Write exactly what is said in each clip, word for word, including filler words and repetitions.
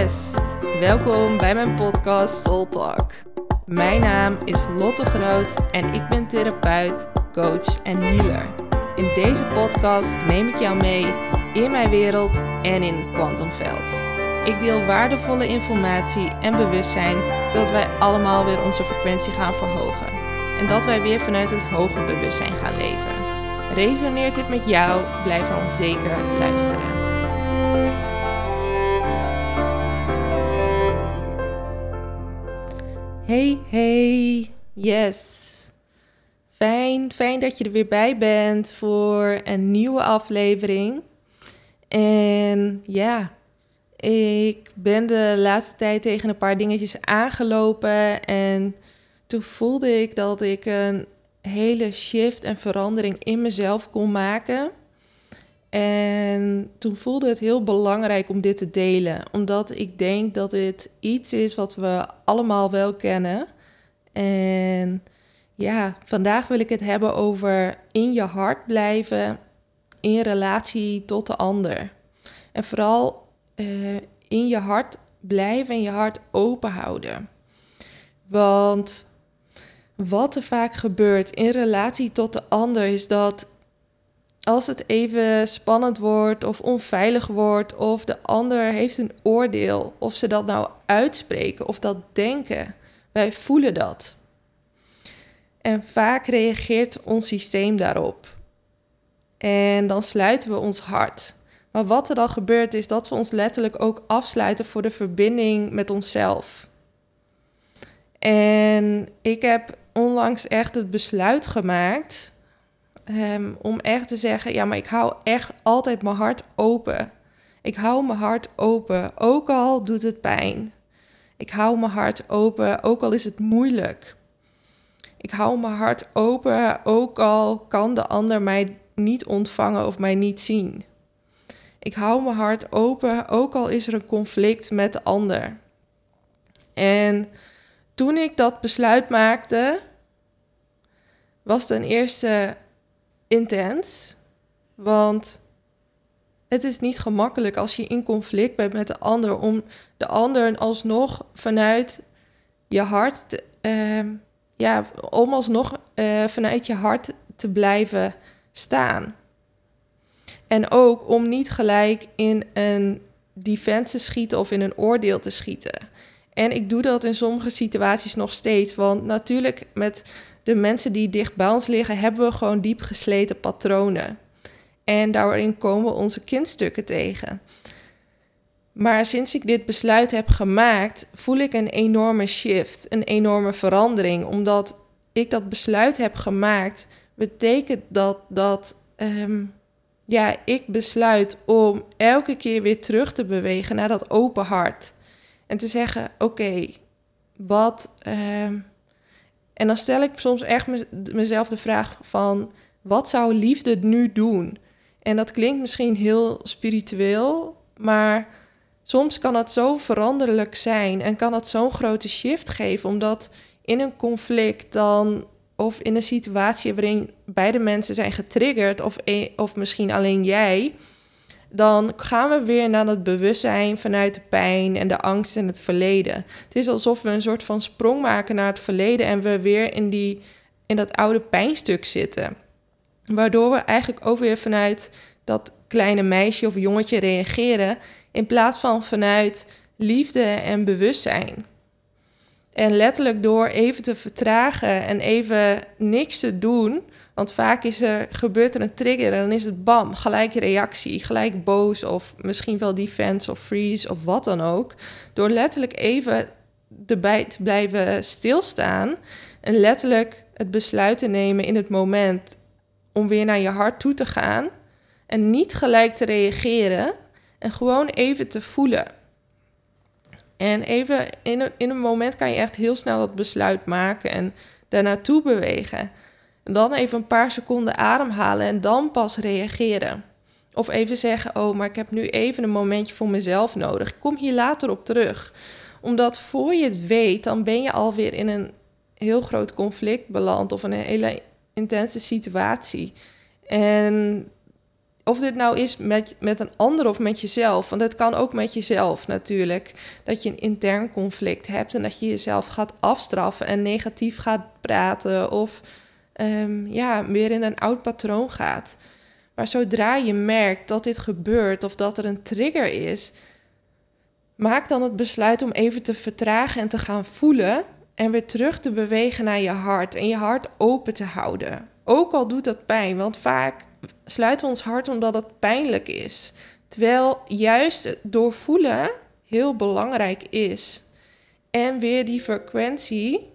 Yes, welkom bij mijn podcast Soul Talk. Mijn naam is Lotte Groot en ik ben therapeut, coach en healer. In deze podcast neem ik jou mee in mijn wereld en in het kwantumveld. Ik deel waardevolle informatie en bewustzijn, zodat wij allemaal weer onze frequentie gaan verhogen. En dat wij weer vanuit het hoger bewustzijn gaan leven. Resoneert dit met jou? Blijf dan zeker luisteren. Hey, hey, yes. Fijn, fijn dat je er weer bij bent voor een nieuwe aflevering. En ja, ik ben de laatste tijd tegen een paar dingetjes aangelopen en toen voelde ik dat ik een hele shift en verandering in mezelf kon maken. En toen voelde het heel belangrijk om dit te delen, omdat ik denk dat dit iets is wat we allemaal wel kennen. En ja, vandaag wil ik het hebben over in je hart blijven in relatie tot de ander. En vooral uh, in je hart blijven en je hart open houden. Want wat er vaak gebeurt in relatie tot de ander is dat als het even spannend wordt of onveilig wordt of de ander heeft een oordeel, of ze dat nou uitspreken of dat denken, wij voelen dat. En vaak reageert ons systeem daarop. En dan sluiten we ons hart. Maar wat er dan gebeurt is dat we ons letterlijk ook afsluiten voor de verbinding met onszelf. En ik heb onlangs echt het besluit gemaakt um, om echt te zeggen, ja, maar ik hou echt altijd mijn hart open. Ik hou mijn hart open, ook al doet het pijn. Ik hou mijn hart open, ook al is het moeilijk. Ik hou mijn hart open, ook al kan de ander mij niet ontvangen of mij niet zien. Ik hou mijn hart open, ook al is er een conflict met de ander. En toen ik dat besluit maakte, was het ten eerste intens. Want het is niet gemakkelijk als je in conflict bent met de ander, om de ander alsnog vanuit je hart, te, uh, ja, om alsnog uh, vanuit je hart te blijven staan. En ook om niet gelijk in een defense te schieten of in een oordeel te schieten. En ik doe dat in sommige situaties nog steeds. Want natuurlijk met de mensen die dicht bij ons liggen, hebben we gewoon diep gesleten patronen. En daarin komen we onze kindstukken tegen. Maar sinds ik dit besluit heb gemaakt, voel ik een enorme shift, een enorme verandering. Omdat ik dat besluit heb gemaakt, betekent dat dat um, ja, ik besluit om elke keer weer terug te bewegen naar dat open hart. En te zeggen, oké, okay, wat... Um, en dan stel ik soms echt me, mezelf de vraag van, wat zou liefde nu doen? En dat klinkt misschien heel spiritueel, maar soms kan het zo veranderlijk zijn en kan het zo'n grote shift geven, omdat in een conflict dan, of in een situatie waarin beide mensen zijn getriggerd, of, of misschien alleen jij, dan gaan we weer naar dat bewustzijn vanuit de pijn en de angst en het verleden. Het is alsof we een soort van sprong maken naar het verleden en we weer in, die, in dat oude pijnstuk zitten. Waardoor we eigenlijk ook weer vanuit dat kleine meisje of jongetje reageren, in plaats van vanuit liefde en bewustzijn. En letterlijk door even te vertragen en even niks te doen, want vaak is er, gebeurt er een trigger en dan is het bam, gelijk reactie, gelijk boos of misschien wel defense of freeze of wat dan ook. Door letterlijk even erbij te blijven stilstaan en letterlijk het besluit te nemen in het moment om weer naar je hart toe te gaan en niet gelijk te reageren en gewoon even te voelen. En even in een, in een moment kan je echt heel snel dat besluit maken en daar naartoe bewegen. En dan even een paar seconden ademhalen en dan pas reageren. Of even zeggen, oh, maar ik heb nu even een momentje voor mezelf nodig. Ik kom hier later op terug. Omdat voor je het weet, dan ben je alweer in een heel groot conflict beland of een hele intense situatie. En of dit nou is met, met een ander of met jezelf. Want het kan ook met jezelf natuurlijk. Dat je een intern conflict hebt en dat je jezelf gaat afstraffen en negatief gaat praten. Of um, ja, weer in een oud patroon gaat. Maar zodra je merkt dat dit gebeurt of dat er een trigger is, maak dan het besluit om even te vertragen en te gaan voelen en weer terug te bewegen naar je hart en je hart open te houden. Ook al doet dat pijn, want vaak sluiten we ons hart omdat het pijnlijk is. Terwijl juist het doorvoelen heel belangrijk is. En weer die frequentie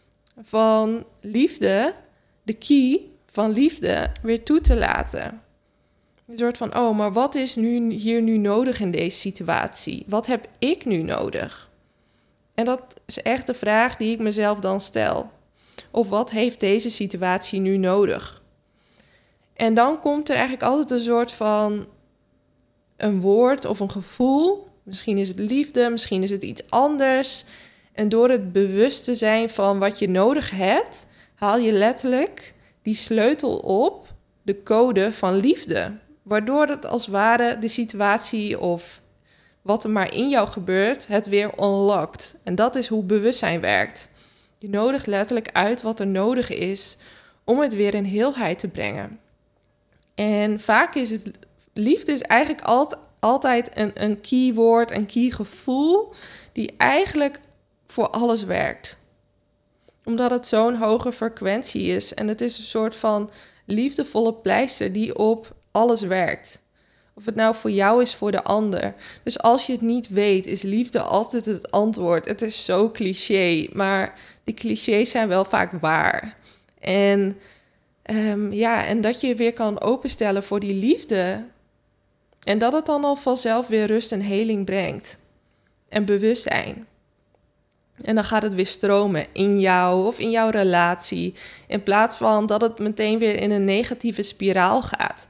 van liefde, de key van liefde, weer toe te laten. Een soort van, oh, maar wat is nu, hier nu nodig in deze situatie? Wat heb ik nu nodig? En dat is echt de vraag die ik mezelf dan stel. Of wat heeft deze situatie nu nodig? En dan komt er eigenlijk altijd een soort van een woord of een gevoel. Misschien is het liefde, misschien is het iets anders. En door het bewust te zijn van wat je nodig hebt, haal je letterlijk die sleutel op, de code van liefde. Waardoor het als het ware de situatie of wat er maar in jou gebeurt, het weer unlockt. En dat is hoe bewustzijn werkt. Je nodigt letterlijk uit wat er nodig is om het weer in heelheid te brengen. En vaak is het, liefde is eigenlijk altijd, altijd een, een keywoord, een key gevoel die eigenlijk voor alles werkt. Omdat het zo'n hoge frequentie is. En het is een soort van liefdevolle pleister die op alles werkt. Of het nou voor jou is, voor de ander. Dus als je het niet weet, is liefde altijd het antwoord. Het is zo cliché, maar die clichés zijn wel vaak waar. En, um, ja, en dat je je weer kan openstellen voor die liefde. En dat het dan al vanzelf weer rust en heling brengt. En bewustzijn. En dan gaat het weer stromen in jou of in jouw relatie. In plaats van dat het meteen weer in een negatieve spiraal gaat.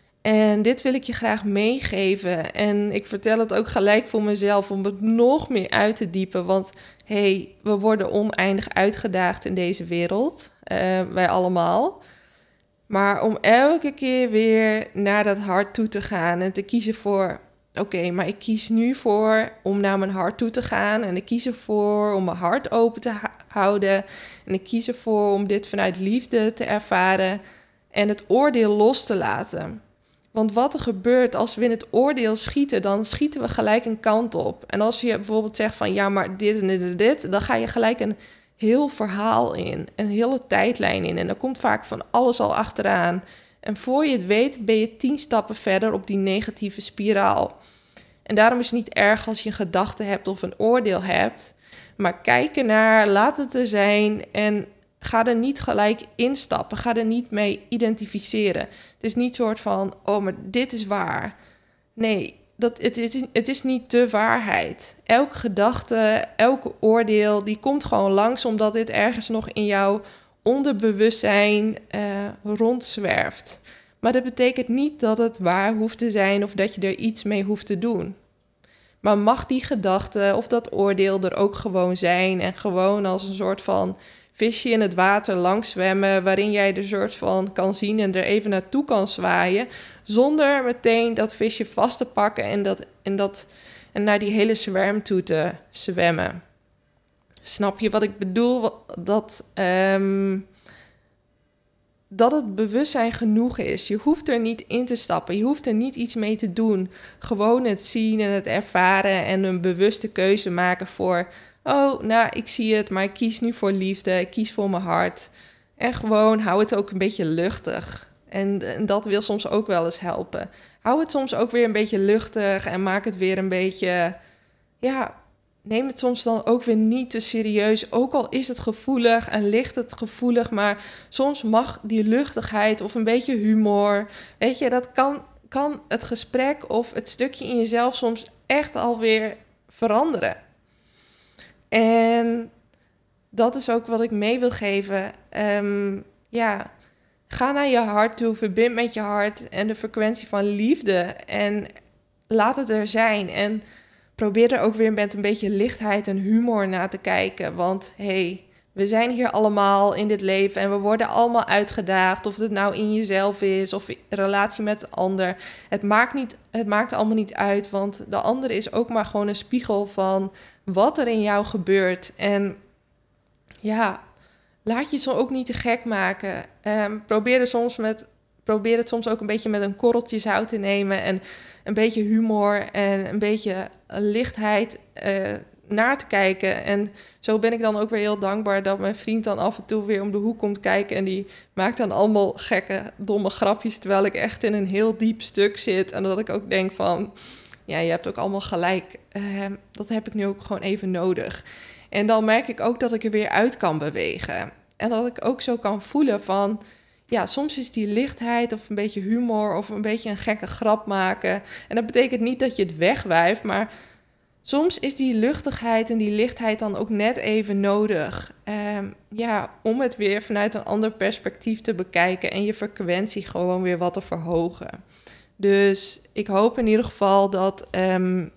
En dit wil ik je graag meegeven. En ik vertel het ook gelijk voor mezelf om het nog meer uit te diepen. Want hey, we worden oneindig uitgedaagd in deze wereld. Uh, wij allemaal. Maar om elke keer weer naar dat hart toe te gaan en te kiezen voor, oké, okay, maar ik kies nu voor om naar mijn hart toe te gaan. En ik kies ervoor om mijn hart open te ha- houden. En ik kies ervoor om dit vanuit liefde te ervaren en het oordeel los te laten. Want wat er gebeurt als we in het oordeel schieten, dan schieten we gelijk een kant op. En als je bijvoorbeeld zegt van ja, maar dit en dit en dit, dan ga je gelijk een heel verhaal in, een hele tijdlijn in. En dan komt vaak van alles al achteraan. En voor je het weet ben je tien stappen verder op die negatieve spiraal. En daarom is het niet erg als je een gedachte hebt of een oordeel hebt. Maar kijk ernaar, laat het er zijn en ga er niet gelijk instappen. Ga er niet mee identificeren. Het is niet soort van, oh, maar dit is waar. Nee, dat, het, is, het is niet de waarheid. Elke gedachte, elke oordeel, die komt gewoon langs omdat dit ergens nog in jouw onderbewustzijn uh, rondzwerft. Maar dat betekent niet dat het waar hoeft te zijn of dat je er iets mee hoeft te doen. Maar mag die gedachte of dat oordeel er ook gewoon zijn en gewoon als een soort van visje in het water langs zwemmen, waarin jij er soort van kan zien en er even naartoe kan zwaaien, zonder meteen dat visje vast te pakken en, dat, en, dat, en naar die hele zwerm toe te zwemmen. Snap je wat ik bedoel? Dat, um, dat het bewustzijn genoeg is. Je hoeft er niet in te stappen. Je hoeft er niet iets mee te doen. Gewoon het zien en het ervaren en een bewuste keuze maken voor, oh, nou, ik zie het, maar ik kies nu voor liefde. Ik kies voor mijn hart. En gewoon hou het ook een beetje luchtig. En, en dat wil soms ook wel eens helpen. Hou het soms ook weer een beetje luchtig en maak het weer een beetje, ja, neem het soms dan ook weer niet te serieus. Ook al is het gevoelig en ligt het gevoelig, maar soms mag die luchtigheid of een beetje humor, weet je, dat kan, kan het gesprek of het stukje in jezelf soms echt alweer veranderen. En dat is ook wat ik mee wil geven. Um, ja, ga naar je hart toe, verbind met je hart en de frequentie van liefde en laat het er zijn. En probeer er ook weer met een beetje lichtheid en humor naar te kijken. Want hey, We zijn hier allemaal in dit leven en we worden allemaal uitgedaagd. Of het nou in jezelf is of in relatie met de ander. Het maakt, niet, het maakt allemaal niet uit, want de ander is ook maar gewoon een spiegel van wat er in jou gebeurt. En ja, laat je zo ook niet te gek maken. Um, probeer, er soms met, probeer het soms ook een beetje met een korreltje zout te nemen en een beetje humor en een beetje lichtheid uh, naar te kijken. En zo ben ik dan ook weer heel dankbaar dat mijn vriend dan af en toe weer om de hoek komt kijken en die maakt dan allemaal gekke, domme grapjes, terwijl ik echt in een heel diep stuk zit. En dat ik ook denk van, ja, je hebt ook allemaal gelijk. Uh, dat heb ik nu ook gewoon even nodig. En dan merk ik ook dat ik er weer uit kan bewegen. En dat ik ook zo kan voelen van, ja, soms is die lichtheid of een beetje humor of een beetje een gekke grap maken. En dat betekent niet dat je het wegwuift, maar soms is die luchtigheid en die lichtheid dan ook net even nodig. Um, ja, om het weer vanuit een ander perspectief te bekijken en je frequentie gewoon weer wat te verhogen. Dus ik hoop in ieder geval dat um,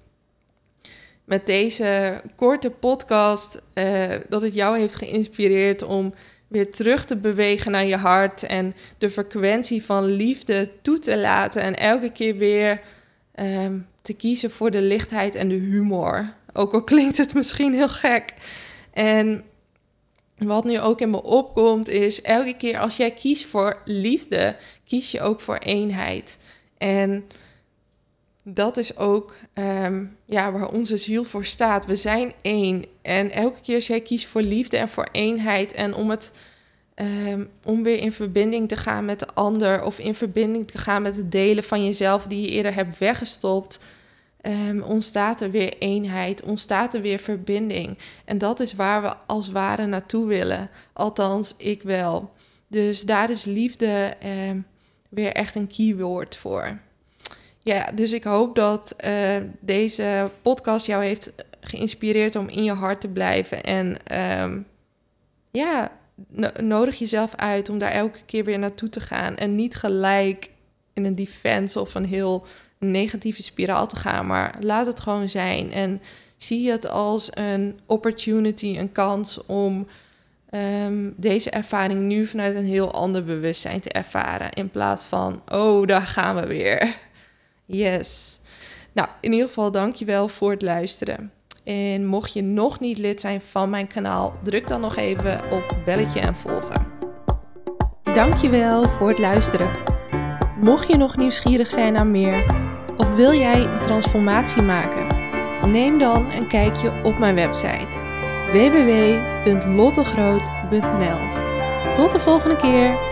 met deze korte podcast uh, dat het jou heeft geïnspireerd om weer terug te bewegen naar je hart en de frequentie van liefde toe te laten en elke keer weer um, te kiezen voor de lichtheid en de humor. Ook al klinkt het misschien heel gek. En wat nu ook in me opkomt is, elke keer als jij kiest voor liefde, kies je ook voor eenheid. En dat is ook um, ja, waar onze ziel voor staat. We zijn één. En elke keer als jij kiest voor liefde en voor eenheid en om het um, om weer in verbinding te gaan met de ander of in verbinding te gaan met de delen van jezelf die je eerder hebt weggestopt, um, ontstaat er weer eenheid, ontstaat er weer verbinding. En dat is waar we als het ware naartoe willen. Althans, ik wel. Dus daar is liefde um, weer echt een keyword voor. Ja, dus ik hoop dat uh, deze podcast jou heeft geïnspireerd om in je hart te blijven. En um, ja, no- nodig jezelf uit om daar elke keer weer naartoe te gaan. En niet gelijk in een defense of een heel negatieve spiraal te gaan. Maar laat het gewoon zijn. En zie het als een opportunity, een kans om um, deze ervaring nu vanuit een heel ander bewustzijn te ervaren. In plaats van, oh, daar gaan we weer. Yes. Nou, in ieder geval dankjewel voor het luisteren. En mocht je nog niet lid zijn van mijn kanaal, druk dan nog even op belletje en volgen. Dankjewel voor het luisteren. Mocht je nog nieuwsgierig zijn naar meer, of wil jij een transformatie maken, neem dan een kijkje op mijn website w w w punt lottegroot punt n l. Tot de volgende keer!